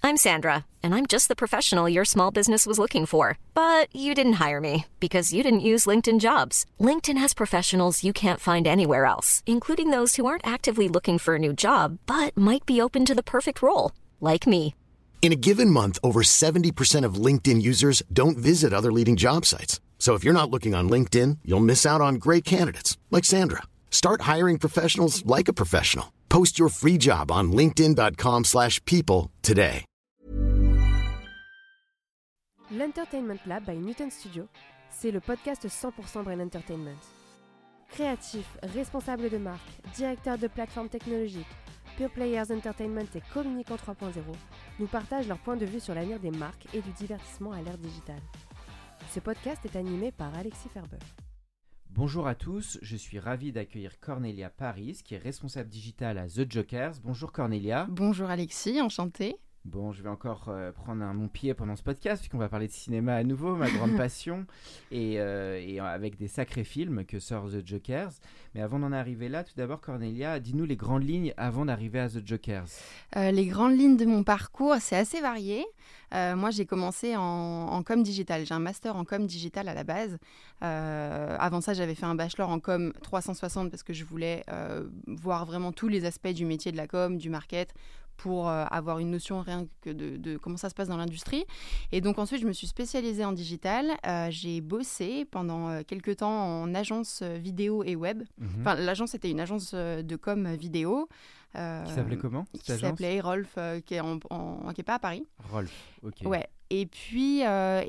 I'm Sandra, and I'm just the professional your small business was looking for. But you didn't hire me because you didn't use LinkedIn Jobs. LinkedIn has professionals you can't find anywhere else, including those who aren't actively looking for a new job, but might be open to the perfect role, like me. In a given month, over 70% of LinkedIn users don't visit other leading job sites. So if you're not looking on LinkedIn, you'll miss out on great candidates like Sandra. Start hiring professionals like a professional. Post your free job on linkedin.com/people today. L'Entertainment Lab by Newton Studio, c'est le podcast 100% Brain Entertainment. Créatifs, responsables de marque, directeurs de plateformes technologiques, Pure Players Entertainment et Communicant 3.0 nous partagent leur point de vue sur l'avenir des marques et du divertissement à l'ère digitale. Ce podcast est animé par Alexis Ferbeuf. Bonjour à tous, je suis ravi d'accueillir Cornelia Paris, qui est responsable digitale à The Jokers. Bonjour Cornelia. Bonjour Alexis, enchantée. Bon, je vais encore prendre mon pied pendant ce podcast, puisqu'on va parler de cinéma à nouveau, ma grande passion, et avec des sacrés films que sort The Jokers. Mais avant d'en arriver là, tout d'abord Cornelia, dis-nous les grandes lignes avant d'arriver à The Jokers. Les grandes lignes de mon parcours, c'est assez varié. Moi, j'ai commencé en com digital. J'ai un master en com digital à la base. Avant ça, j'avais fait un bachelor en com 360 parce que je voulais voir vraiment tous les aspects du métier de la com, du market, pour avoir une notion rien que de comment ça se passe dans l'industrie. Et donc ensuite, je me suis spécialisée en digital. J'ai bossé pendant quelques temps en agence vidéo et web. Enfin, l'agence, c'était une agence de com vidéo. Qui s'appelait comment cette Qui agence s'appelait Rolf, qui est pas à Paris. Rolf, ok. Ouais. Et puis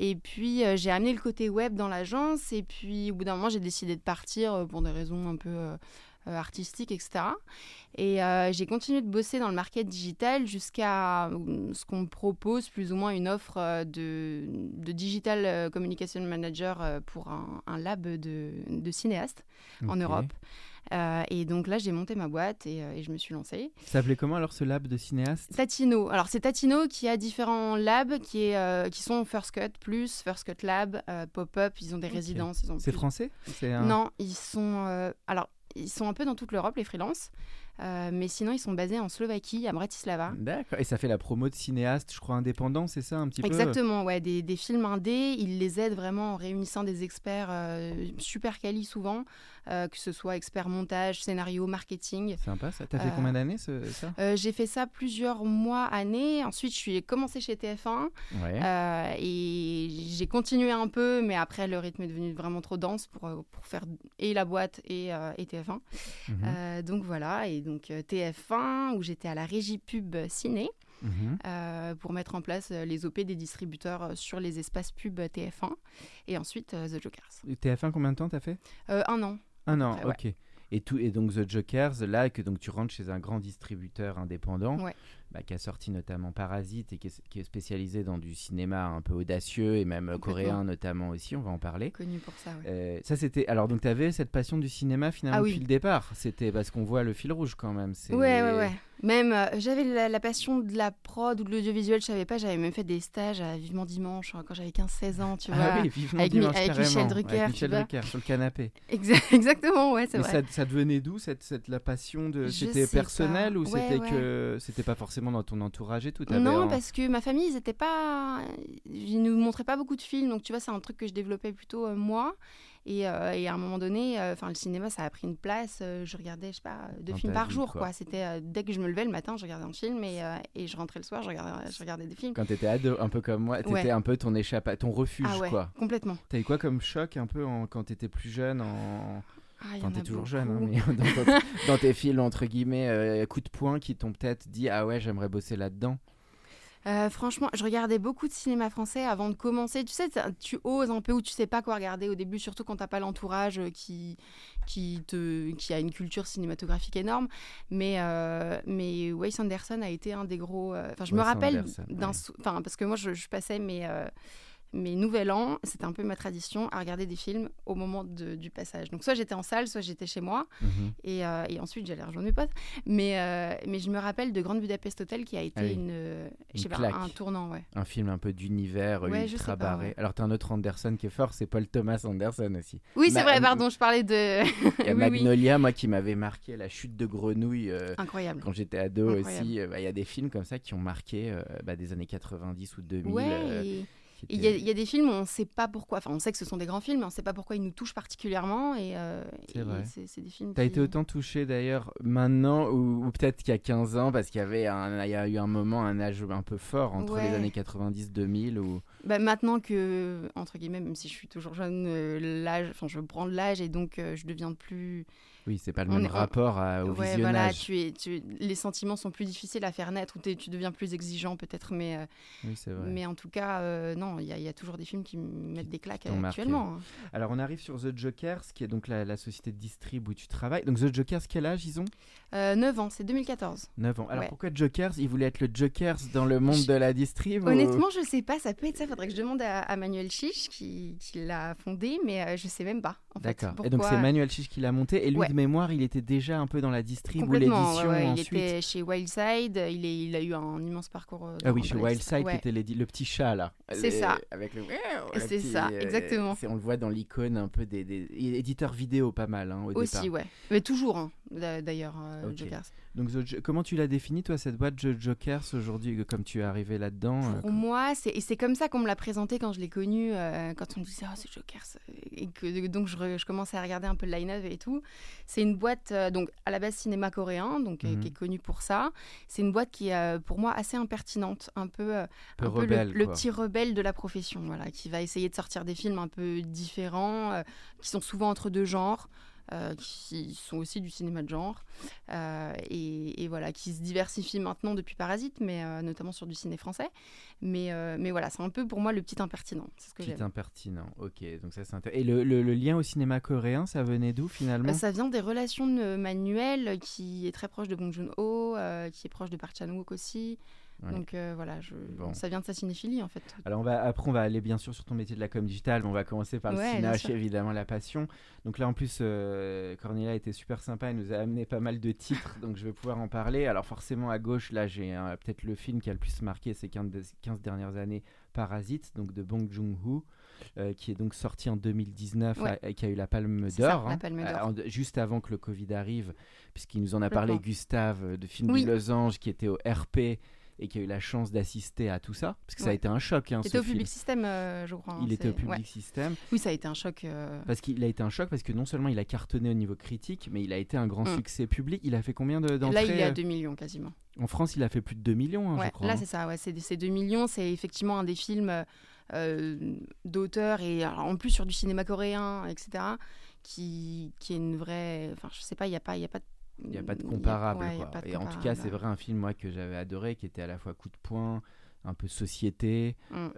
j'ai amené le côté web dans l'agence. Et puis, au bout d'un moment, j'ai décidé de partir pour des raisons un peu artistiques, etc. Et j'ai continué de bosser dans le market digital jusqu'à ce qu'on me propose plus ou moins une offre de digital communication manager pour un lab de cinéastes en Europe. Et donc là, j'ai monté ma boîte et je me suis lancée. Ça s'appelait comment alors ce lab de cinéaste ? Tatino. Alors c'est Tatino qui a différents labs qui sont First Cut Plus, First Cut Lab, Pop-Up. Ils ont des résidences. C'est français ? Non, ils sont un peu dans toute l'Europe, les freelances. Mais sinon, ils sont basés en Slovaquie, à Bratislava. D'accord. Et ça fait la promo de cinéastes, je crois, indépendants, c'est ça un petit peu ? Exactement, ouais, des films indés. Ils les aident vraiment en réunissant des experts super quali souvent, que ce soit experts montage, scénario, marketing. Sympa ça. T'as fait combien d'années ça ? J'ai fait ça plusieurs mois, années. Ensuite, je suis commencé chez TF1 et j'ai continué un peu, mais après, le rythme est devenu vraiment trop dense pour faire et la boîte et TF1. Donc voilà, et donc TF1 où j'étais à la régie pub ciné pour mettre en place les OP des distributeurs sur les espaces pub TF1 et ensuite The Jokers. TF1 combien de temps t'as fait ? 1 an. 1 an, après, ok. Et donc The Jokers, là que donc tu rentres chez un grand distributeur indépendant qui a sorti notamment Parasite et qui est spécialisé dans du cinéma un peu audacieux et même coréen notamment aussi, on va en parler. Connu pour ça, ça c'était... Alors donc tu avais cette passion du cinéma finalement depuis le départ, c'était parce qu'on voit le fil rouge quand même. Ouais. Même j'avais la passion de la prod ou de l'audiovisuel, je savais pas, j'avais même fait des stages à Vivement Dimanche quand j'avais 15-16 ans, tu vois. Ah oui, Vivement Dimanche, avec Michel Drucker. Avec Michel Drucker sur le canapé. Exactement, ouais, c'est vrai. Ça devenait d'où la passion de... C'était personnel ou c'était pas forcément dans ton entourage et tout ? Non, parce que ma famille, ils nous montraient pas beaucoup de films, donc tu vois, c'est un truc que je développais plutôt moi. Et à un moment donné, le cinéma, ça a pris une place. Je regardais, je sais pas, 2 films par jour, quoi. C'était dès que je me levais le matin, je regardais un film et je rentrais le soir, je regardais des films. Quand t'étais ado, un peu comme moi, t'étais un peu ton refuge, quoi. Complètement. T'as eu quoi comme choc un peu quand t'étais plus jeune t'es toujours jeune, mais dans tes films, entre guillemets, coups de poing qui t'ont peut-être dit « Ah ouais, j'aimerais bosser là-dedans ». Franchement, je regardais beaucoup de cinéma français avant de commencer. Tu sais, tu oses un peu ou tu sais pas quoi regarder au début, surtout quand t'as pas l'entourage qui a une culture cinématographique énorme. Mais Wes Anderson a été un des gros. Je me rappelle parce que moi je passais Mais Nouvel An, c'était un peu ma tradition à regarder des films au moment du passage. Donc soit j'étais en salle, soit j'étais chez moi. Et ensuite, j'allais rejoindre mes potes. Mais je me rappelle de Grand Budapest Hotel qui a été un tournant. Ouais. Un film un peu d'univers ultra barré. Ouais. Alors, tu as un autre Anderson qui est fort, c'est Paul Thomas Anderson aussi. Oui, c'est vrai, pardon, je parlais de... Il y a Magnolia, moi, qui m'avait marqué, La chute de grenouille. Incroyable. Quand j'étais ado aussi. Il y a des films comme ça qui ont marqué des années 90 ou 2000. Ouais, il y a des films où on ne sait pas pourquoi, enfin on sait que ce sont des grands films, mais on ne sait pas pourquoi ils nous touchent particulièrement. C'est vrai. C'est des films T'as été autant touché d'ailleurs maintenant ou peut-être qu'il y a 15 ans, parce qu'il y avait il y a eu un moment, un âge un peu fort entre les années 90-2000 ou... Maintenant que, entre guillemets, même si je suis toujours jeune, je prends de l'âge et donc je deviens plus... Oui, c'est pas le même rapport au visionnage. Voilà, les sentiments sont plus difficiles à faire naître, ou tu deviens plus exigeant peut-être, mais c'est vrai. Mais en tout cas, non, il y a toujours des films qui me mettent des claques actuellement. Alors on arrive sur The Jokers, qui est donc la société de distrib où tu travailles. Donc The Jokers, quel âge ils ont ? 9 ans, c'est 2014. 9 ans. Alors pourquoi Jokers ? Ils voulaient être le Jokers dans le monde de la distrib Honnêtement, je sais pas, ça peut être ça. Faudrait que je demande à Manuel Chiche qui l'a fondé, mais je sais même pas. D'accord. Et donc c'est Manuel Chiche qui l'a monté, et lui de mémoire, il était déjà un peu dans la distrib ou l'édition ensuite. Il était chez Wildside, il a eu un immense parcours. Chez Wildside, qui était le petit chat là. C'est ça. Avec ça, exactement. On le voit dans l'icône un peu des éditeurs vidéo pas mal au départ. Aussi, ouais. Mais toujours, d'ailleurs, Jokers. Donc, comment tu l'as défini, toi, cette boîte Jokers aujourd'hui, comme tu es arrivé là-dedans Pour moi, c'est comme ça qu'on me l'a présenté quand je l'ai connu, quand on me disait « Oh, c'est Jokers ». Et que donc, je commençais à regarder un peu le line-up et tout. C'est une boîte, donc, à la base cinéma coréen, donc, qui est connue pour ça. C'est une boîte qui est, pour moi, assez impertinente, un peu rebelle, le petit rebelle de la profession, voilà, qui va essayer de sortir des films un peu différents, qui sont souvent entre deux genres. Qui sont aussi du cinéma de genre et voilà, qui se diversifient maintenant depuis Parasite, mais notamment sur du ciné français. Mais voilà, c'est un peu pour moi le petit impertinent. C'est ce que j'aime. Petit impertinent, ok. Donc ça, c'est intéressant. Et le lien au cinéma coréen, ça venait d'où finalement ? Ça vient des relations de Manuel, qui est très proche de Bong Joon-ho, qui est proche de Park Chan-wook aussi. Ouais. Donc voilà, ça vient de sa cinéphilie en fait. Alors après on va aller bien sûr sur ton métier de la com digitale, mais on va commencer par le cinéma, évidemment la passion. Donc là en plus Cornelia était super sympa, elle nous a amené pas mal de titres, donc je vais pouvoir en parler. Alors forcément à gauche là j'ai peut-être le film qui a le plus marqué ces 15 dernières années, Parasite, donc de Bong Joon-ho. Qui est donc sorti en 2019 et qui a eu la Palme d'Or, la Palme d'Or. Juste avant que le Covid arrive, puisqu'il nous en a parlé Gustave de Film du Losange qui était au RP et qui a eu la chance d'assister à tout ça, parce que ça a été un choc. Il était au Public System, je crois. Il était au Public System. Oui, ça a été un choc. Parce qu'il a été un choc, parce que non seulement il a cartonné au niveau critique, mais il a été un grand succès public. Il a fait combien d'entrées ? Là, il est à 2 millions quasiment. En France, il a fait plus de 2 millions, je crois. Là, c'est ça, c'est 2 millions. C'est effectivement un des films d'auteur, et alors, en plus sur du cinéma coréen, etc., qui est une vraie... Enfin, je sais pas, il n'y a pas de comparable. Et en tout cas, c'est vrai, un film moi, que j'avais adoré, qui était à la fois coup de poing, un peu société,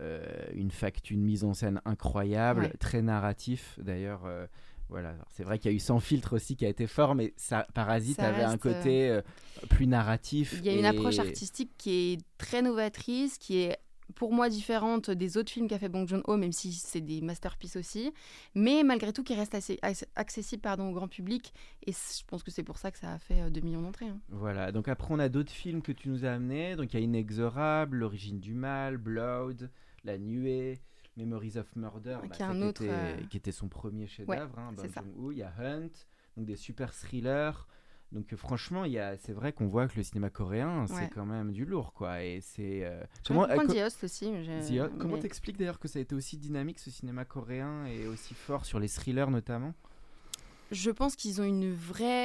une mise en scène incroyable, très narratif d'ailleurs. Voilà. Alors, c'est vrai qu'il y a eu Sans filtre aussi qui a été fort, mais Parasite avait un côté plus narratif. Il y a une approche artistique qui est très novatrice, qui est pour moi différente des autres films qu'a fait Bong Joon-ho, même si c'est des masterpieces aussi, mais malgré tout qui reste assez accessible au grand public, et je pense que c'est pour ça que ça a fait 2 millions d'entrées. Voilà, donc après on a d'autres films que tu nous as amenés, donc il y a Inexorable, L'origine du mal, Blood, La nuée, Memories of Murder, qui était son premier chef-d'œuvre, Bong Joon-ho. Il y a Hunt, donc des super thrillers. Donc franchement, c'est vrai qu'on voit que le cinéma coréen, c'est quand même du lourd, quoi. Et c'est comment The Host aussi. Comment t'expliques d'ailleurs que ça a été aussi dynamique, ce cinéma coréen, et aussi fort sur les thrillers notamment ? Je pense qu'ils ont une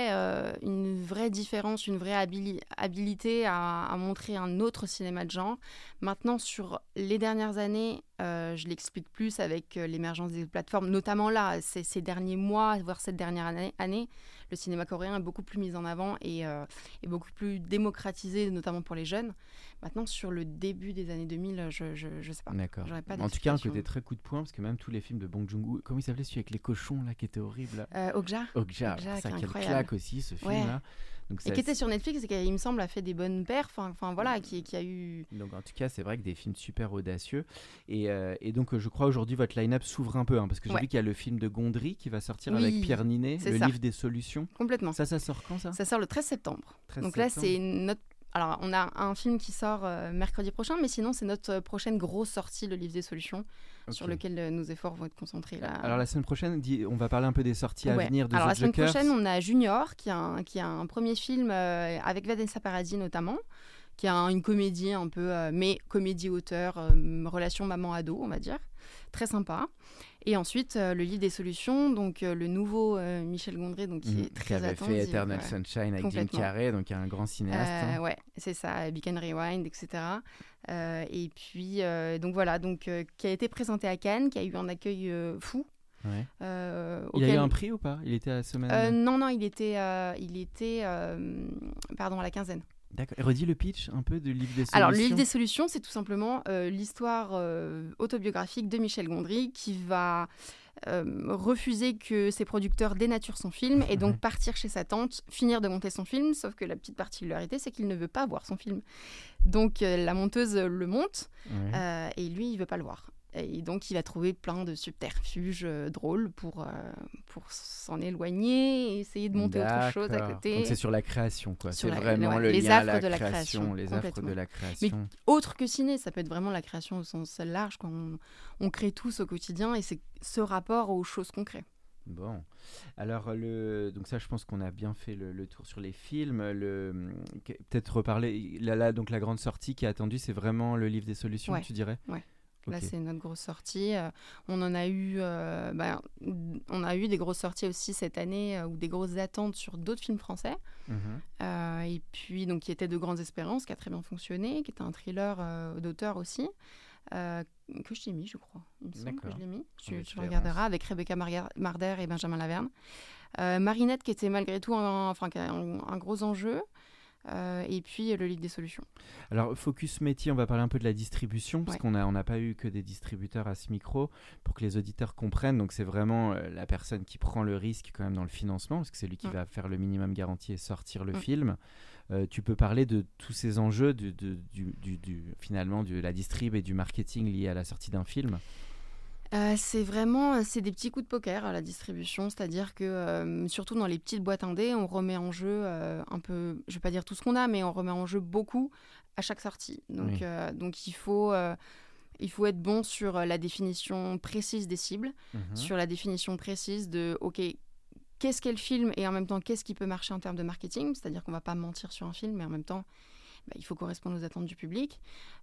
vraie différence, une vraie habilité à montrer un autre cinéma de genre. Maintenant, sur les dernières années, je l'explique plus avec l'émergence des plateformes, notamment là, ces derniers mois, voire cette dernière année, le cinéma coréen est beaucoup plus mis en avant et beaucoup plus démocratisé, notamment pour les jeunes. Maintenant, sur le début des années 2000, je sais pas. D'accord. J'aurais pas En tout cas, un d'explication. côté très coup de poing, parce que même tous les films de Bong Joon-ho, comment il s'appelait celui avec les cochons là, qui était horrible là Okja. Okja, Okja, ça qui est quelle incroyable. claque aussi ce film là. Donc, Et qui était sur Netflix et qui, il me semble, a fait des bonnes perfs. Enfin voilà, qui a eu... Donc en tout cas, c'est vrai que des films super audacieux. Et donc je crois aujourd'hui votre line-up s'ouvre un peu, parce que j'ai vu qu'il y a le film de Gondry qui va sortir Oui, avec Pierre Ninet, c'est le ça. livre des solutions. Complètement. Ça sort quand ça Ça sort le 13 septembre. 13 Donc là, septembre. c'est notre... Alors, on a un film qui sort mercredi prochain, mais sinon, c'est notre prochaine grosse sortie, le livre des solutions, sur Ok. lequel nos efforts vont être concentrés. Là. Alors la semaine prochaine, on va parler un peu des sorties à venir de Alors, The la semaine Jokers. prochaine, on a Junior, qui a un premier film avec Vanessa Paradis notamment, qui a une comédie un peu, mais comédie-auteur, relation maman-ado, on va dire. Très sympa. Et ensuite, le livre des solutions, donc le nouveau Michel Gondry, donc, qui est qui très avait attendu. fait Eternal Ouais. Sunshine avec Jim Complètement. Carrey, donc un grand cinéaste. Ouais, c'est ça, Beacon Rewind, etc. Et puis, donc voilà, qui a été présenté à Cannes, qui a eu un accueil fou. Ouais. Il a auquel- eu un prix ou pas? Il était à la semaine. Non, il était pardon, à la quinzaine. D'accord. Et redis le pitch un peu du livre des solutions. Alors, le livre des solutions, c'est tout simplement l'histoire autobiographique de Michel Gondry qui va refuser que ses producteurs dénaturent son film et donc partir chez sa tante, finir de monter son film, sauf que la petite particularité, c'est qu'il ne veut pas voir son film. Donc, la monteuse le monte Ouais. et lui, il veut pas le voir. Et donc, il va trouver plein de subterfuges drôles pour s'en éloigner et essayer de monter autre chose à D'accord. côté. Donc c'est sur la création, quoi. Sur C'est la- vraiment ouais, le les lien à affres la de la création, création, les affres de complètement. la création. Autre que ciné, ça peut être vraiment la création au sens large, quoi. On crée tous au quotidien et c'est ce rapport aux choses qu'on crée. Bon, alors donc ça, je pense qu'on a bien fait le tour sur les films. Peut-être reparler. Donc la grande sortie qui est attendue, c'est vraiment le livre des solutions, Ouais. tu dirais? Ouais. Là, Ok. c'est notre grosse sortie. On a eu des grosses sorties aussi cette année ou des grosses attentes sur d'autres films français. Mhm. Et puis, donc, qui était De Grandes Espérances, qui a très bien fonctionné, qui était un thriller d'auteur aussi, que je t'ai mis, je crois. Il me semble que D'accord. je l'ai mis. Tu Espérance. le regarderas avec Rebecca Marder et Benjamin Laverne. Marinette, qui était malgré tout qui a un gros enjeu. Et puis le livre des solutions. Alors, focus métier, on va parler un peu de la distribution, parce Ouais. qu'on n'a pas eu que des distributeurs à ce micro, pour que les auditeurs comprennent. Donc, c'est vraiment la personne qui prend le risque quand même dans le financement, parce que c'est lui qui va faire le minimum garanti et sortir le film. Tu peux parler de tous ces enjeux, finalement, de la distrib et du marketing lié à la sortie d'un film. C'est des petits coups de poker, la distribution, c'est-à-dire que surtout dans les petites boîtes indé, on remet en jeu un peu, je vais pas dire tout ce qu'on a, mais on remet en jeu beaucoup à chaque sortie. Donc, donc il faut être bon sur la définition précise des cibles, sur la définition précise de ok, qu'est-ce qu'est le film et en même temps qu'est-ce qui peut marcher en termes de marketing, c'est-à-dire qu'on va pas mentir sur un film, mais en même temps il faut correspondre aux attentes du public.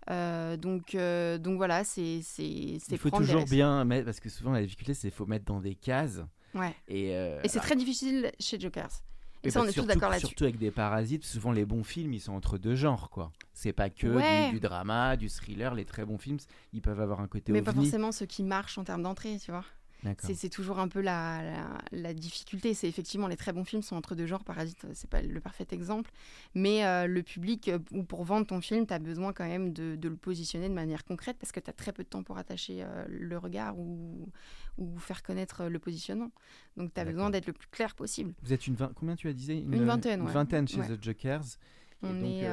Donc voilà, c'est Il faut prendre des toujours risques. bien mettre, parce que souvent la difficulté, c'est qu'il faut mettre dans des cases. Ouais. Et c'est très difficile chez Jokers. Et oui, ça, on parce est tous surtout- d'accord là-dessus. Surtout avec des parasites, souvent les bons films, ils sont entre deux genres, quoi. C'est pas que Ouais. du drama, du thriller. Les très bons films, ils peuvent avoir un côté Mais pas ovni. forcément ceux qui marchent en termes d'entrée, tu vois. D'accord. C'est toujours un peu la difficulté. C'est effectivement, les très bons films sont entre deux genres. Parasite, c'est pas le parfait exemple. Mais le public, ou pour vendre ton film, tu as besoin quand même de le positionner de manière concrète parce que tu as très peu de temps pour attacher le regard ou faire connaître le positionnement. Donc tu as besoin d'être le plus clair possible. Vous êtes combien tu as dit? Une vingtaine, Une ouais. vingtaine chez Ouais. The Jokers. Et On donc,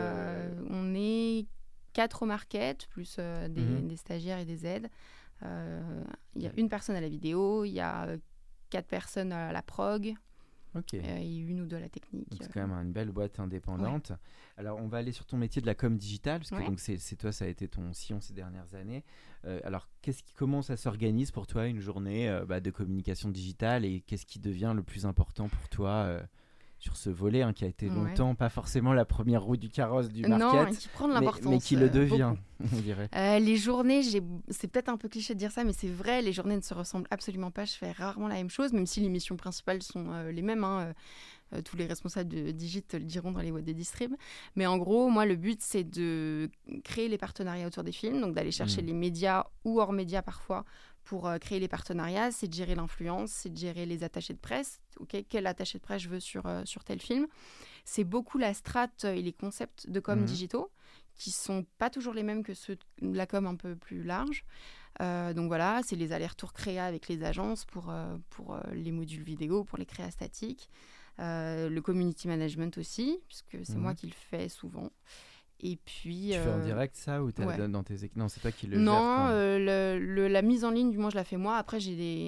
est 4 au market, plus Mhm. des stagiaires et des aides. Il y a une personne à la vidéo, il y a 4 personnes à la prog, Ok. et une ou deux à la technique. Donc c'est quand même une belle boîte indépendante. Alors on va aller sur ton métier de la com digitale, parce que Ouais. donc c'est toi, ça a été ton sillon ces dernières années. Alors comment ça s'organise pour toi une journée de communication digitale, et qu'est-ce qui devient le plus important pour toi sur ce volet qui a été Ouais. longtemps pas forcément la première roue du carrosse du Non, market, qui prend de mais l'importance. qui le devient, beaucoup. on dirait. Les journées, c'est peut-être un peu cliché de dire ça, mais c'est vrai, les journées ne se ressemblent absolument pas. Je fais rarement la même chose, même si les missions principales sont les mêmes. tous les responsables de Digit le diront dans les boîtes de distrib. Mais en gros, moi, le but, c'est de créer les partenariats autour des films, donc d'aller chercher les médias ou hors médias parfois pour créer les partenariats. C'est de gérer l'influence, c'est de gérer les attachés de presse. Quel attaché de presse je veux sur tel film. C'est beaucoup la strate et les concepts de com digitaux qui sont pas toujours les mêmes que ceux de la com un peu plus large. Donc voilà, c'est les allers-retours créa avec les agences pour les modules vidéo, pour les créas statiques. Le community management aussi, puisque c'est moi qui le fais souvent. Et puis, tu fais en direct ça ou dans tes équipes? Non, c'est toi qui le non, gères. Non, la mise en ligne, du moins, je la fais moi. Après,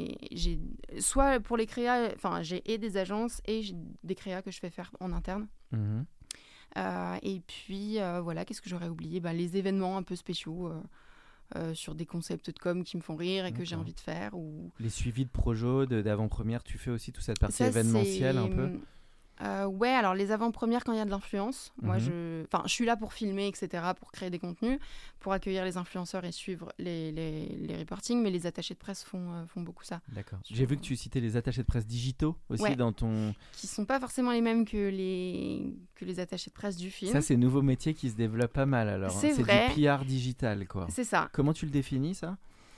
soit pour les créas, j'ai des agences et j'ai des créas que je fais faire en interne. Et puis, voilà, qu'est-ce que j'aurais oublié? Les événements un peu spéciaux sur des concepts de com qui me font rire et que j'ai envie de faire. Ou... Les suivis de projets, d'avant-première, tu fais aussi toute cette partie événementielle un peu? Ouais, alors les avant-premières quand il y a de l'influence, moi je suis là pour filmer, etc., pour créer des contenus, pour accueillir les influenceurs et suivre les reportings, mais les attachés de presse font beaucoup ça. D'accord. J'ai vu que tu citais les attachés de presse digitaux aussi dans ton... Qui sont pas forcément les mêmes que les attachés de presse du film. Ça, c'est un nouveau métier qui se développe pas mal alors. C'est vrai. Du PR digital, quoi. C'est ça. Comment tu le définis, ça ?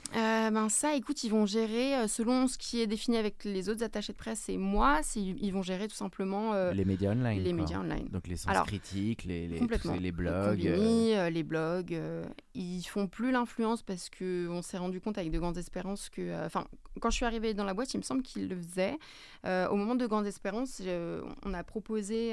Ça, écoute, ils vont gérer selon ce qui est défini avec les autres attachés de presse et moi, ils vont gérer tout simplement les médias online. Les médias online. Donc les sens critiques, les blogs. Les blogs. Ils font plus l'influence parce qu'on s'est rendu compte avec De Grandes Espérances que... quand je suis arrivée dans la boîte, il me semble qu'ils le faisaient. Au moment de Grandes Espérances, on a proposé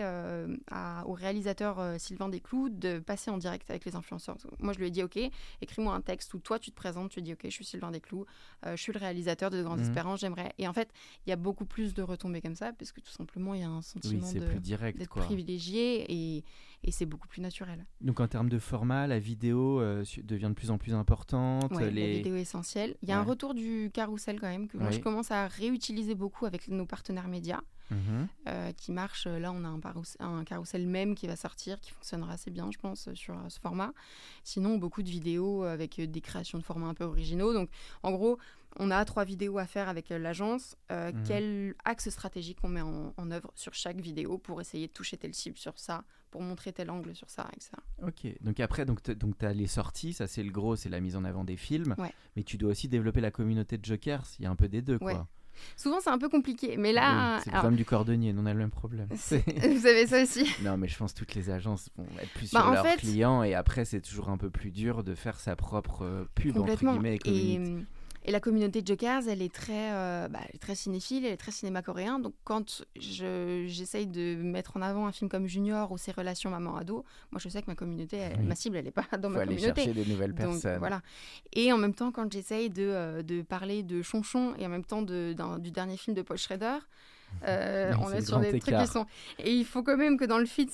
au réalisateur Sylvain Desclous de passer en direct avec les influenceurs. Moi, je lui ai dit, OK, écris-moi un texte où toi, tu te présentes, tu dis, OK, je suis Sylvain Desclous, je suis le réalisateur de Grandes Espérances, j'aimerais... Et en fait, il y a beaucoup plus de retombées comme ça parce que tout simplement, il y a un sentiment d'être privilégié et c'est beaucoup plus naturel. Donc, en termes de format, la vidéo devient de plus en plus importante. La vidéo est essentielle. Il y a un retour du carrousel quand même que moi, je commence à réutiliser beaucoup avec nos partenaires médias. Qui marche. Là, on a un carrousel même qui va sortir, qui fonctionnera assez bien, je pense, sur ce format. Sinon, beaucoup de vidéos avec des créations de formats un peu originaux. Donc, en gros, on a 3 vidéos à faire avec l'agence. Quel axe stratégique on met en œuvre sur chaque vidéo pour essayer de toucher telle cible sur ça, pour montrer tel angle sur ça, etc. Ok. Donc après, tu as les sorties, ça c'est le gros, c'est la mise en avant des films. Ouais. Mais tu dois aussi développer la communauté de Jokers. Il y a un peu des deux, quoi. Souvent, c'est un peu compliqué, mais là... c'est le problème du cordonnier, on a le même problème. Vous avez ça aussi. Non, mais je pense que toutes les agences vont être plus sur leurs clients, et après, c'est toujours un peu plus dur de faire sa propre pub, entre guillemets, Et la communauté de Jokers, elle est très cinéphile, elle est très cinéma coréen. Donc, quand j'essaye de mettre en avant un film comme Junior ou ses relations maman-ado, moi, je sais que ma communauté, ma cible, elle n'est pas dans ma communauté. Faut aller chercher des nouvelles personnes. Donc, voilà. Et en même temps, quand j'essaye de parler de Chonchon et en même temps du dernier film de Paul Schrader, on est sur des trucs qui sont... Et il faut quand même que dans le feed,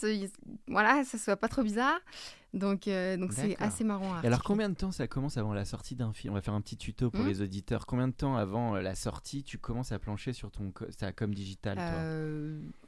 ça soit pas trop bizarre. Donc c'est assez marrant. Et alors, combien de temps ça commence avant la sortie d'un film ? On va faire un petit tuto pour les auditeurs. Combien de temps avant la sortie tu commences à plancher sur ta com digitale, toi ?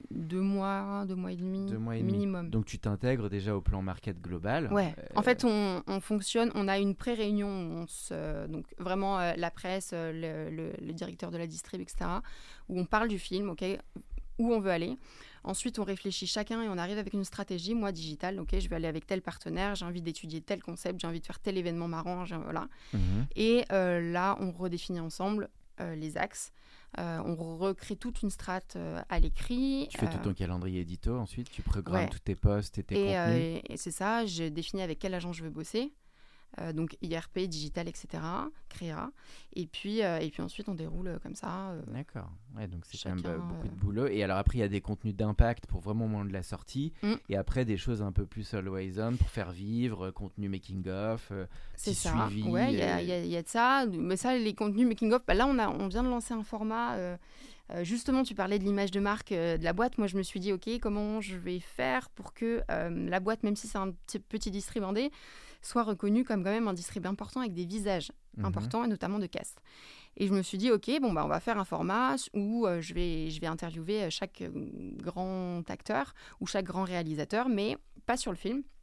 2 mois et demi minimum. Donc tu t'intègres déjà au plan market global. Ouais. En fait, on fonctionne. On a une pré-réunion. Donc vraiment la presse, le directeur de la distrib, etc. Où on parle du film, ok, où on veut aller. Ensuite, on réfléchit chacun et on arrive avec une stratégie. Moi, digitale, ok, je vais aller avec tel partenaire, j'ai envie d'étudier tel concept, j'ai envie de faire tel événement marrant, voilà. Et là, on redéfinit ensemble les axes. On recrée toute une strate à l'écrit. Tu fais tout ton calendrier édito, ensuite tu programmes tous tes posts et tes contenus. Et c'est ça, je définis avec quel agent je veux bosser. Donc IRP, digital, etc., créa. Et puis ensuite, on déroule comme ça. D'accord. Ouais, donc c'est quand même beaucoup de boulot. Et alors après, il y a des contenus d'impact pour vraiment au moment de la sortie. Et après, des choses un peu plus always on pour faire vivre, contenu making-of, c'est ça. Suivi. Ouais, il y a de ça. Mais ça, les contenus making-of, là, on vient de lancer un format... justement, tu parlais de l'image de marque de la boîte. Moi, je me suis dit, OK, comment je vais faire pour que la boîte, même si c'est un petit distrib indé, soit reconnue comme quand même un distrib important avec des visages importants et notamment de cast. Et je me suis dit, OK, on va faire un format où je vais interviewer chaque grand acteur ou chaque grand réalisateur, mais pas sur le film.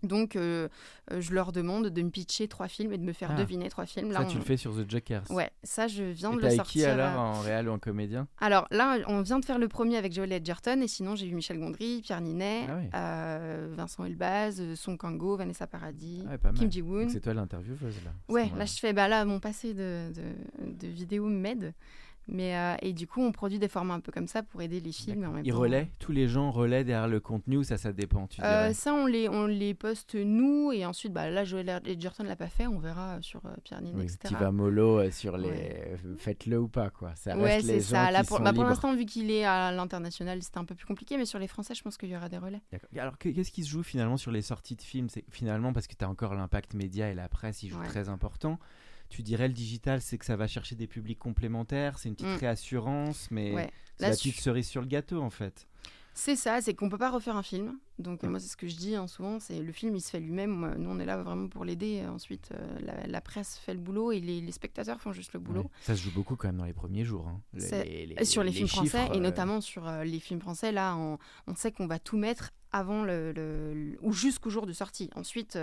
Donc, je leur demande de me pitcher 3 films et de me faire deviner 3 films. Là, tu le fais sur The Jokers. Ouais, ça, je viens de le sortir. sortir. Et t'as qui alors, en réal ou en comédien? Alors là, on vient de faire le premier avec Joel Edgerton, et sinon, j'ai eu Michel Gondry, Pierre Ninet, Vincent Elbaz, Song Kang-ho, Vanessa Paradis, Kim Ji-woon. C'est toi l'intervieweuse, là? Ouais, là, je fais... là, mon passé de vidéo m'aide. Mais, et du coup, on produit des formats un peu comme ça pour aider les films. En même temps. Tous les gens relaient derrière le contenu ou ça dépend, tu dirais? Ça, on les poste nous, et ensuite, là, Joel Edgerton ne l'a pas fait, on verra sur Pierre Ninet, etc. Tu vas mollo sur les... Faites-le ou pas, quoi. Ça reste les gens ça. Là, qui sont pour libres. l'instant, vu qu'il est à l'international, c'était un peu plus compliqué, mais sur les Français, je pense qu'il y aura des relais. D'accord. Alors, qu'est-ce qui se joue finalement sur les sorties de films? C'est finalement parce que tu as encore l'impact média et la presse, il joue très important. Tu dirais le digital, c'est que ça va chercher des publics complémentaires, c'est une petite réassurance, mais c'est la petite cerise sur le gâteau en fait. C'est ça, c'est qu'on peut pas refaire un film. Donc moi c'est ce que je dis souvent, c'est le film il se fait lui-même. Nous on est là vraiment pour l'aider. Ensuite la presse fait le boulot et les spectateurs font juste le boulot. Ouais. Ça se joue beaucoup quand même dans les premiers jours. Hein. Sur les films français et notamment sur les films français, là on sait qu'on va tout mettre avant ou jusqu'au jour de sortie. Ensuite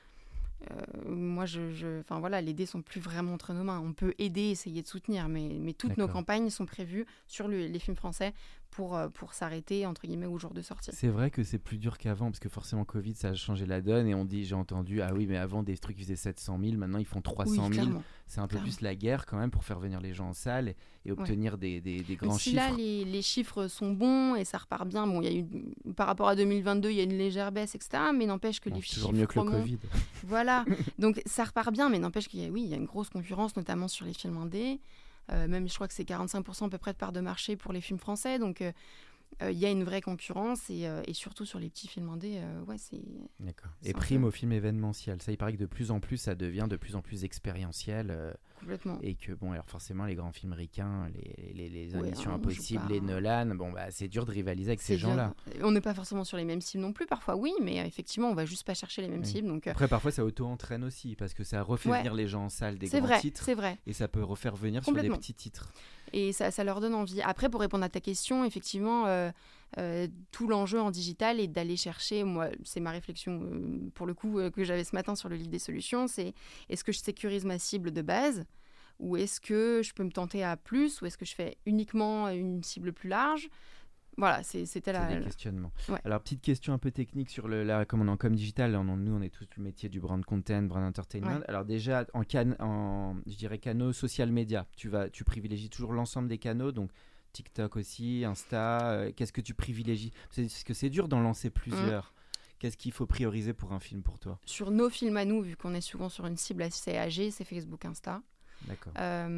moi, les dés sont plus vraiment entre nos mains. On peut aider, essayer de soutenir, mais toutes nos campagnes sont prévues sur les films français pour s'arrêter, entre guillemets, au jour de sortie. C'est vrai que c'est plus dur qu'avant, parce que forcément, Covid, ça a changé la donne, et j'ai entendu, ah oui, mais avant, des trucs qui faisaient 700 000, maintenant, ils font 300 000. C'est un peu plus la guerre, quand même, pour faire venir les gens en salle et obtenir des grands chiffres. Là, les chiffres sont bons, et ça repart bien. Bon, il y a eu, par rapport à 2022, il y a une légère baisse, etc., mais n'empêche que les chiffres toujours mieux que le Covid. Voilà, donc ça repart bien, mais n'empêche qu'il y a une grosse concurrence, notamment sur les films indés. Même je crois que c'est 45% à peu près de part de marché pour les films français, donc il y a une vraie concurrence, et surtout sur les petits films indés, c'est... D'accord. Et prime au film événementiel, ça il paraît que de plus en plus ça devient de plus en plus expérientiel. Complètement. Et que alors forcément les grands films ricains, les Missions Impossibles, les Nolan, c'est dur de rivaliser avec ces gens-là. On n'est pas forcément sur les mêmes cibles non plus, parfois oui, mais effectivement on va juste pas chercher les mêmes cibles. Donc, après parfois ça auto-entraîne aussi, parce que ça refait venir les gens en salle des grands titres. C'est vrai. Et ça peut refaire venir sur des petits titres. Et ça leur donne envie. Après, pour répondre à ta question, effectivement, tout l'enjeu en digital est d'aller chercher, moi, c'est ma réflexion pour le coup que j'avais ce matin sur le livre des solutions, c'est est-ce que je sécurise ma cible de base, ou est-ce que je peux me tenter à plus, ou est-ce que je fais uniquement une cible plus large? Voilà, c'était des questionnements. Ouais. Alors, petite question un peu technique sur comme on est en com digital, nous on est tous le métier du brand content, brand entertainment. Ouais. Alors déjà, je dirais canaux social media, tu privilégies toujours l'ensemble des canaux, donc TikTok aussi, Insta, qu'est-ce que tu privilégies? Parce que c'est dur d'en lancer plusieurs. Qu'est-ce qu'il faut prioriser pour un film pour toi? Sur nos films à nous, vu qu'on est souvent sur une cible assez âgée, c'est Facebook, Insta. D'accord.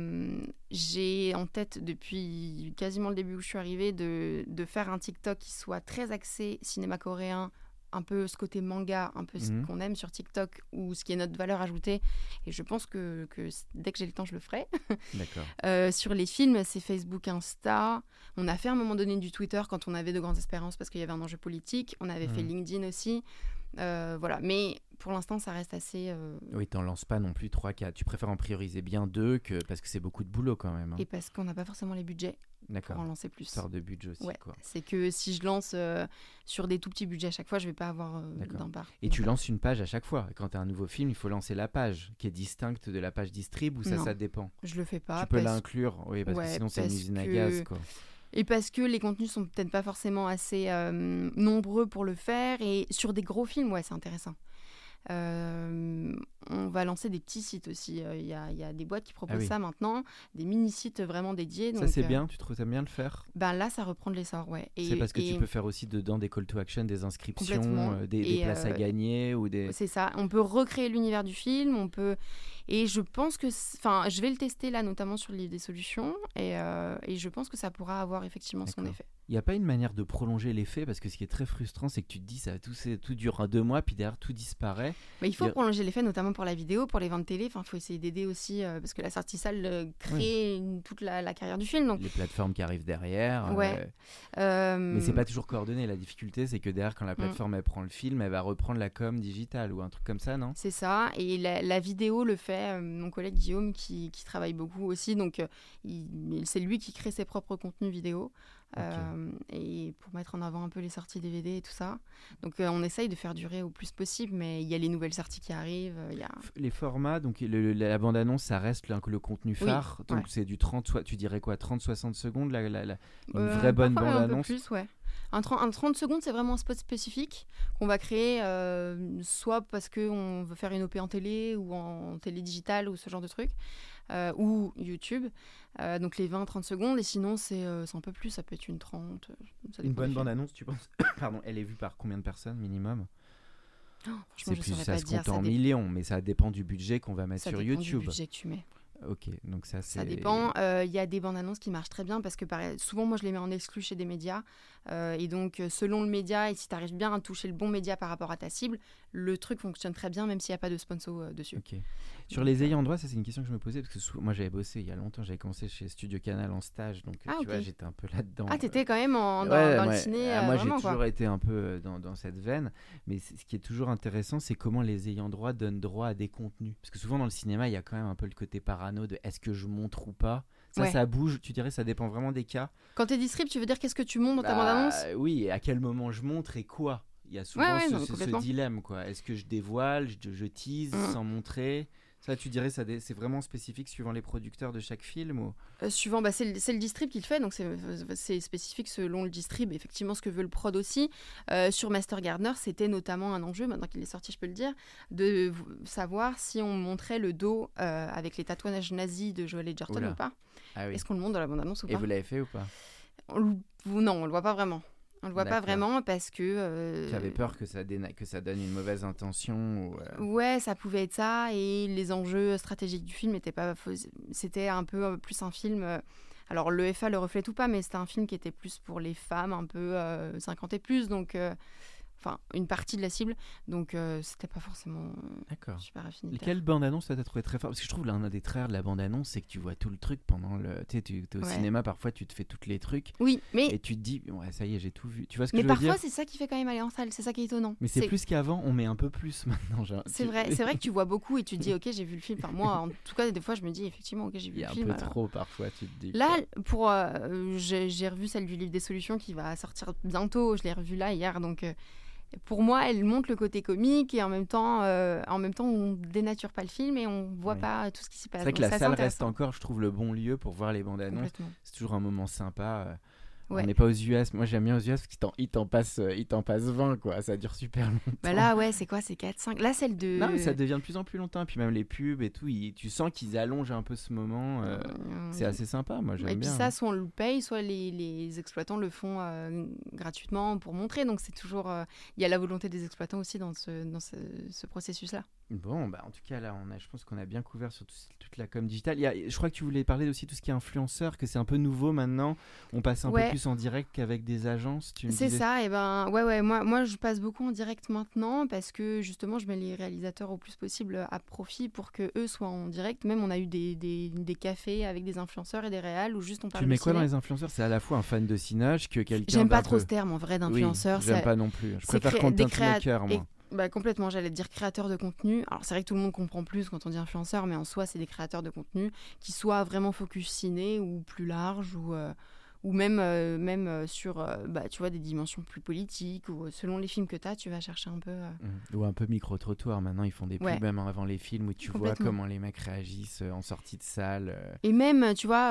J'ai en tête depuis quasiment le début où je suis arrivée de faire un TikTok qui soit très axé cinéma coréen, un peu ce côté manga, un peu ce qu'on aime sur TikTok, ou ce qui est notre valeur ajoutée. Et je pense que dès que j'ai le temps, je le ferai. D'accord. Sur les films, c'est Facebook, Insta. On a fait à un moment donné du Twitter quand on avait de grandes espérances parce qu'il y avait un enjeu politique. On avait fait LinkedIn aussi. Voilà, mais pour l'instant ça reste assez Oui, t'en lances pas non plus 3-4, tu préfères en prioriser bien 2 parce que c'est beaucoup de boulot quand même, hein. Et parce qu'on n'a pas forcément les budgets pour en lancer plus. Sort de budget aussi, quoi. C'est que si je lance sur des tout petits budgets à chaque fois, je vais pas avoir d'impact. Et tu lances une page à chaque fois. Quand t'as un nouveau film, il faut lancer la page qui est distincte de la page distrib, ou ça dépend? Je le fais pas. Tu peux l'inclure, oui, parce que sinon c'est une usine à gaz, quoi. Et parce que les contenus sont peut-être pas forcément assez nombreux pour le faire. Et sur des gros films, c'est intéressant. On va lancer des petits sites aussi. Il y a des boîtes qui proposent ça maintenant, des mini-sites vraiment dédiés. Ça, c'est bien, tu trouves ça bien le faire? Là, ça reprend de l'essor, c'est parce que tu peux faire aussi dedans des call to action, des inscriptions, des places à gagner ou des... C'est ça, on peut recréer l'univers du film, on peut... Et je pense que... Enfin, je vais le tester là, notamment sur le livre des solutions, et je pense que ça pourra avoir effectivement son effet. Il n'y a pas une manière de prolonger l'effet, parce que ce qui est très frustrant, c'est que tu te dis, tout dure 2 mois, puis derrière tout disparaît. Il faut prolonger l'effet, notamment pour la vidéo, pour les ventes télé. Enfin, il faut essayer d'aider aussi, parce que la sortie salle crée toute la carrière du film. Donc... Les plateformes qui arrivent derrière. Ouais. Mais c'est pas toujours coordonné. La difficulté, c'est que derrière, quand la plateforme elle prend le film, elle va reprendre la com digitale ou un truc comme ça, non ? C'est ça. Et la vidéo le fait mon collègue Guillaume qui travaille beaucoup aussi. Donc, c'est lui qui crée ses propres contenus vidéo. Et pour mettre en avant un peu les sorties DVD et tout ça. Donc on essaye de faire durer au plus possible, mais il y a les nouvelles sorties qui arrivent. Les formats, donc la bande-annonce, ça reste le contenu phare. Donc c'est du 30, soit tu dirais quoi, 30-60 secondes, une vraie bonne bande-annonce. Un peu plus, ouais. Un 30 secondes, c'est vraiment un spot spécifique qu'on va créer, soit parce qu'on veut faire une OP en télé ou en télé digitale ou ce genre de truc, ou YouTube. Donc les 20-30 secondes, et sinon c'est un peu plus, ça peut être une 30. Une bonne bande-annonce, tu penses Pardon, elle est vue par combien de personnes minimum ? Franchement, je saurais pas se dire. compte en millions, mais ça dépend du budget qu'on va mettre sur YouTube. Ça dépend du budget que tu mets. Ok, donc ça dépend. Il y a des bandes annonces qui marchent très bien parce que souvent moi je les mets en exclu chez des médias et donc selon le média et si tu arrives bien à toucher le bon média par rapport à ta cible, le truc fonctionne très bien même s'il n'y a pas de sponsor dessus. Ok. Sur les ayants droit, ça c'est une question que je me posais parce que moi j'avais bossé il y a longtemps, j'avais commencé chez Studio Canal en stage, donc tu vois j'étais un peu là-dedans. Ah t'étais quand même dans le ciné. Moi vraiment, j'ai toujours été un peu dans cette veine, mais ce qui est toujours intéressant c'est comment les ayants droit donnent droit à des contenus, parce que souvent dans le cinéma il y a quand même un peu le côté parano de est-ce que je montre ou pas. Ça bouge, tu dirais, ça dépend vraiment des cas. Quand t'es distrib, tu veux dire qu'est-ce que tu montres dans ta bande-annonce ? Oui, et à quel moment je montre et quoi ? Il y a souvent ce dilemme, quoi. Est-ce que je dévoile, je tease sans montrer ? Ça, tu dirais, c'est vraiment spécifique suivant les producteurs de chaque film ou... Suivant, c'est le distrib qui le fait, donc c'est spécifique selon le distrib, effectivement ce que veut le prod aussi. Sur Master Gardener, c'était notamment un enjeu, maintenant qu'il est sorti, je peux le dire, de savoir si on montrait le dos avec les tatouages nazis de Joel Edgerton ou pas. Ah, oui. Est-ce qu'on le montre dans la bande-annonce ou pas ? Et vous l'avez fait ou pas ? Non, on le voit pas vraiment. On le voit pas vraiment parce que... Tu avais peur que ça donne une mauvaise intention Ouais, ça pouvait être ça. Et les enjeux stratégiques du film c'était un peu plus un film... alors l'EFA le reflète ou pas, mais c'était un film qui était plus pour les femmes, un peu 50 et plus. Donc... Enfin, une partie de la cible, donc c'était pas forcément super raffiné. Quelle bande-annonce t'as trouvé très fort ? Parce que je trouve l'un des traits de la bande-annonce, c'est que tu vois tout le truc pendant le... Tu sais, t'es au cinéma, parfois tu te fais tous les trucs. Oui, mais... Et tu te dis, ouais, ça y est, j'ai tout vu. Tu vois ce que je veux dire ? Mais parfois, c'est ça qui fait quand même aller en salle, c'est ça qui est étonnant. Mais c'est plus qu'avant, on met un peu plus maintenant. C'est vrai que tu vois beaucoup et tu te dis, ok, j'ai vu le film. Enfin, moi, en tout cas, des fois, je me dis, effectivement, ok, j'ai vu le film. Il y a un peu trop, parfois, tu te dis. Là, j'ai revu celle du livre des solutions qui va sortir bientôt. Je l'ai revue là, hier, donc... Pour moi, elle montre le côté comique et en même temps, on dénature pas le film et on voit pas tout ce qui s'y passe. C'est vrai que la salle reste encore, je trouve, le bon lieu pour voir les bandes annonces. C'est toujours un moment sympa. On n'est pas aux US. Moi, j'aime bien aux US parce qu'il t'en passe 20, quoi. Ça dure super longtemps. Bah là, ouais, c'est quoi ? C'est 4-5 ? Là, celle de... Non, mais ça devient de plus en plus longtemps. Et puis même les pubs et tout, tu sens qu'ils allongent un peu ce moment. C'est assez sympa, moi, j'aime bien. Et puis ça, soit on le paye, soit les exploitants le font gratuitement pour montrer. Donc c'est toujours... Il y a la volonté des exploitants aussi dans ce processus-là. Bon, bah en tout cas, là, je pense qu'on a bien couvert sur toute la com digitale. Je crois que tu voulais parler aussi de tout ce qui est influenceur, que c'est un peu nouveau maintenant. On passe un peu plus en direct qu'avec des agences. C'est ça, et moi je passe beaucoup en direct maintenant parce que justement je mets les réalisateurs au plus possible à profit pour que eux soient en direct. Même on a eu des cafés avec des influenceurs et des réals où juste on parle de ciné. Tu mets quoi dans les influenceurs ? C'est à la fois un fan de cinéage que quelqu'un... J'aime pas trop ce terme en vrai d'influenceur. Oui, j'aime pas non plus. Je préfère content maker, moi. Bah, complètement, j'allais te dire créateur de contenu. Alors c'est vrai que tout le monde comprend plus quand on dit influenceur, mais en soi c'est des créateurs de contenu qui soient vraiment focus ciné ou plus large ou même sur tu vois, des dimensions plus politiques ou selon les films que tu vas chercher un peu... Ou un peu micro-trottoir. Maintenant ils font des pubs même avant les films où tu vois comment les mecs réagissent en sortie de salle. Et même, tu vois,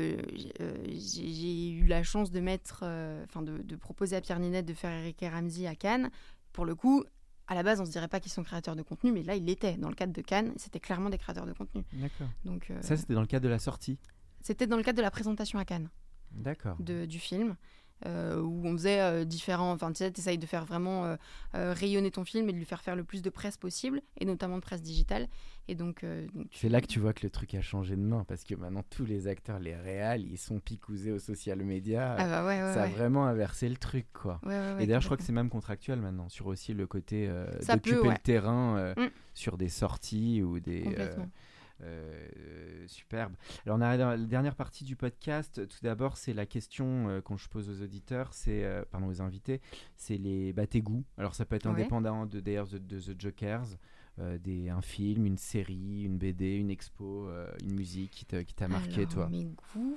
j'ai eu la chance de de proposer à Pierre Ninette de faire Eric et Ramsey à Cannes. Pour le coup, à la base, on se dirait pas qu'ils sont créateurs de contenu, mais là, ils l'étaient. Dans le cadre de Cannes, c'était clairement des créateurs de contenu. D'accord. Donc, ça, c'était dans le cadre de la sortie ? C'était dans le cadre de la présentation à Cannes. D'accord. Du film. où on faisait différents... Enfin, tu sais, t'essayes de faire vraiment rayonner ton film et de lui faire le plus de presse possible, et notamment de presse digitale. Et donc c'est là que tu vois que le truc a changé de main, parce que maintenant, tous les acteurs, les réals, ils sont picousés aux social media. Ah bah ouais, ça a vraiment inversé le truc, quoi. Ouais, et d'ailleurs, je crois que c'est même contractuel maintenant, sur aussi le côté Ça d'occuper peut, le terrain sur des sorties ou des... Complètement. Superbe. Alors on arrive dans la dernière partie du podcast. Tout d'abord, c'est la question qu'on je pose aux auditeurs, pardon, aux invités, c'est tes goûts. Alors ça peut être indépendant de The Jokers, un film, une série, une BD, une expo, une musique qui t'a marqué. Alors, toi. Mes goûts.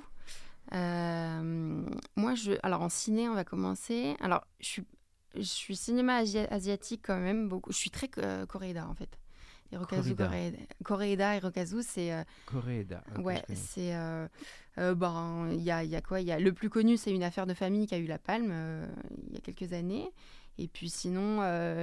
Moi, alors en ciné, on va commencer. Alors je suis cinéma asiatique quand même beaucoup. Je suis très Koreeda en fait. Koreeda, Hirokazu, c'est... Koreeda. Ouais, c'est... il y a quoi ? Le plus connu, c'est Une affaire de famille qui a eu la Palme il y a quelques années. Et puis sinon,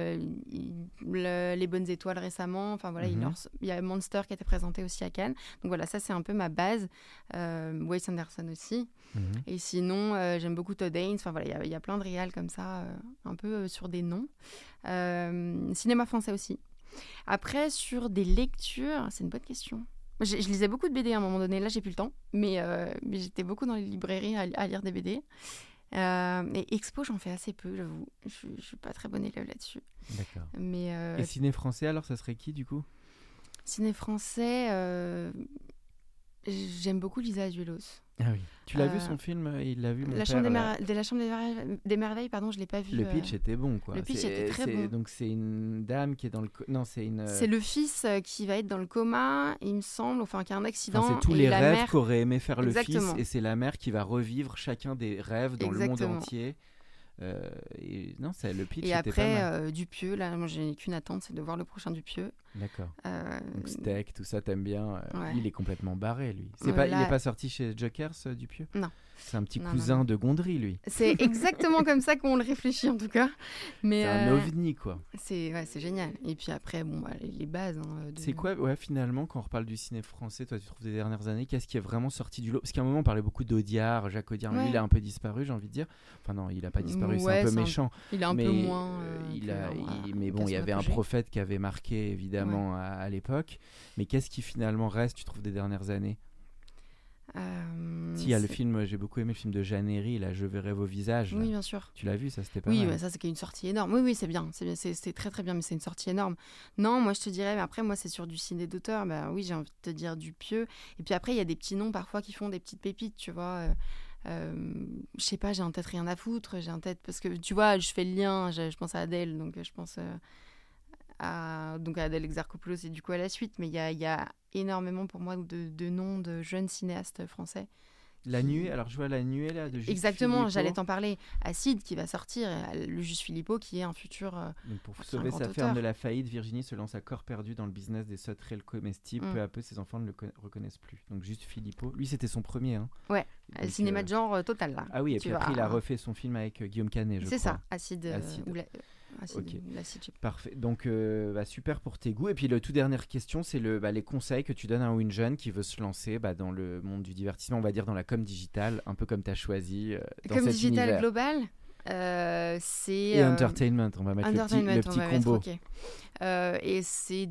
Les Bonnes Étoiles récemment. Enfin voilà, il y a Monster qui a été présenté aussi à Cannes. Donc voilà, ça c'est un peu ma base. Wes Anderson aussi. Et sinon, j'aime beaucoup Todd Haynes. Enfin voilà, il y a plein de réals comme ça, un peu sur des noms. Cinéma français aussi. Après, sur des lectures, c'est une bonne question. Je lisais beaucoup de BD à un moment donné. Là, j'ai plus le temps. Mais j'étais beaucoup dans les librairies à lire des BD. Et expo, j'en fais assez peu, j'avoue. Je suis pas très bonne élève là-dessus. D'accord. Mais, et ciné français, alors, ça serait qui, du coup ? Ciné français, j'aime beaucoup Lisa Azuelos. Ah oui. Tu l'as vu son film ? Il l'a vu, mon La père. Chambre des Merveilles, pardon, je l'ai pas vu. Le pitch était bon, quoi. Le pitch était très bon. Donc c'est une dame qui est dans le... Non, c'est une... C'est le fils qui va être dans le coma, il me semble, enfin, qui a un accident. Enfin, c'est tous les rêves mère... qu'aurait aimé faire Exactement. le fils, et c'est la mère qui va revivre chacun des rêves dans le monde entier. Et non, le pitch et était après, pas mal. Dupieux, là, moi j'ai qu'une attente, c'est de voir le prochain Dupieux. D'accord. Donc Steak, tout ça, t'aimes bien. Ouais. Il est complètement barré, lui. Il est pas sorti chez Jokers, Dupieux ? Non. C'est un petit cousin de Gondry, lui. C'est exactement comme ça qu'on le réfléchit, en tout cas. Mais, c'est un ovni, quoi. C'est génial. Et puis après, les bases. C'est quoi, finalement, quand on reparle du ciné français, toi, tu trouves des dernières années, qu'est-ce qui est vraiment sorti du lot ? Parce qu'à un moment, on parlait beaucoup d'Audiard, Jacques Audiard. Lui, il a un peu disparu, j'ai envie de dire. Enfin non, il a pas disparu, c'est un peu méchant. Il est un peu moins... mais bon, il y avait un prophète qui avait marqué, évidemment, à l'époque. Mais qu'est-ce qui, finalement, reste, tu trouves, des dernières années ? Si, il y a le film, j'ai beaucoup aimé le film de Jeanne Herry, là, Je verrai vos visages. Oui, bien sûr. Tu l'as vu, ça, c'était pas mal. Oui, ça, c'est une sortie énorme. Oui, c'est bien. C'est très, très bien, mais c'est une sortie énorme. Non, moi, je te dirais, mais après, moi, c'est sur du ciné d'auteur. Oui, j'ai envie de te dire Dupieux. Et puis après, il y a des petits noms, parfois, qui font des petites pépites, tu vois. Je sais pas, j'ai en tête Rien à foutre. J'ai en tête... Parce que, tu vois, je fais le lien. Je pense à Adèle, donc je pense... à Adèle Exarchopoulos et du coup à la suite, mais il y a énormément pour moi de noms de jeunes cinéastes français. La Nuée, alors je vois La Nuée là de Juste Exactement, Philippot. j'allais t'en parler. Acide qui va sortir, le Juste Philippot qui est un futur donc pour sauver sa ferme de la faillite, Virginie se lance à corps perdu dans le business des sauterelles comestibles. Peu à peu, ses enfants ne le reconnaissent plus. Donc Juste Philippot, lui c'était son premier. Hein. Ouais, donc, cinéma de genre total là. Ah oui, et puis après il a refait son film avec Guillaume Canet, je crois. C'est ça, Acide. Ok, parfait. Donc super pour tes goûts. Et puis la toute dernière question, c'est les conseils que tu donnes à une jeune qui veut se lancer dans le monde du divertissement, on va dire dans la com digitale, un peu comme tu as choisi dans comme cet digital univers. Global, c'est... Et entertainment, on va mettre le petit combo. Et c'est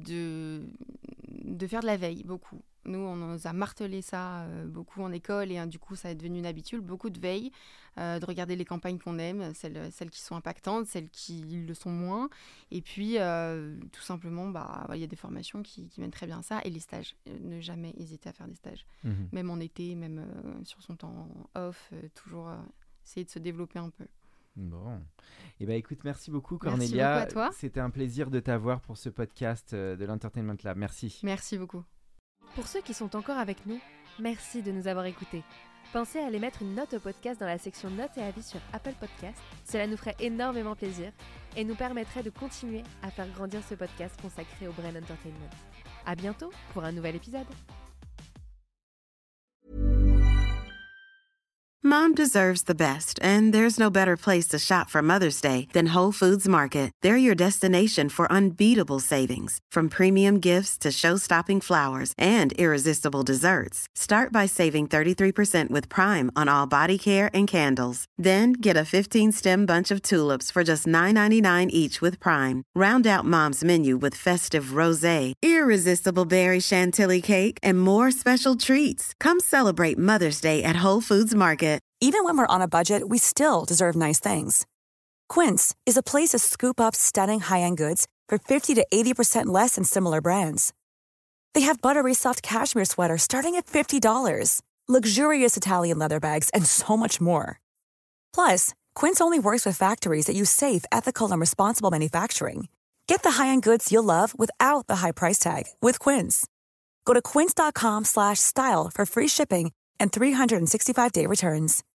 de faire de la veille, beaucoup. Nous, on nous a martelé ça beaucoup en école et du coup, ça est devenu une habitude. Beaucoup de veille, de regarder les campagnes qu'on aime, celles qui sont impactantes, celles qui le sont moins. Et puis, tout simplement, il y a des formations qui mènent très bien ça. Et les stages, ne jamais hésiter à faire des stages. Même en été, même sur son temps off, toujours essayer de se développer un peu. Bon, écoute, merci beaucoup Cornélia. Merci beaucoup à toi. C'était un plaisir de t'avoir pour ce podcast de l'Entertainment Lab. Merci. Merci beaucoup. Pour ceux qui sont encore avec nous, merci de nous avoir écoutés. Pensez à aller mettre une note au podcast dans la section notes et avis sur Apple Podcast. Cela nous ferait énormément plaisir et nous permettrait de continuer à faire grandir ce podcast consacré au Brain Entertainment. À bientôt pour un nouvel épisode. Mom deserves the best, and there's no better place to shop for Mother's Day than Whole Foods Market. They're your destination for unbeatable savings, from premium gifts to show-stopping flowers and irresistible desserts. Start by saving 33% with Prime on all body care and candles. Then get a 15-stem bunch of tulips for just $9.99 each with Prime. Round out Mom's menu with festive rosé, irresistible berry chantilly cake, and more special treats. Come celebrate Mother's Day at Whole Foods Market. Even when we're on a budget, we still deserve nice things. Quince is a place to scoop up stunning high-end goods for 50 to 80% less than similar brands. They have buttery soft cashmere sweaters starting at $50, luxurious Italian leather bags, and so much more. Plus, Quince only works with factories that use safe, ethical, and responsible manufacturing. Get the high-end goods you'll love without the high price tag with Quince. Go to quince.com/style for free shipping and 365-day returns.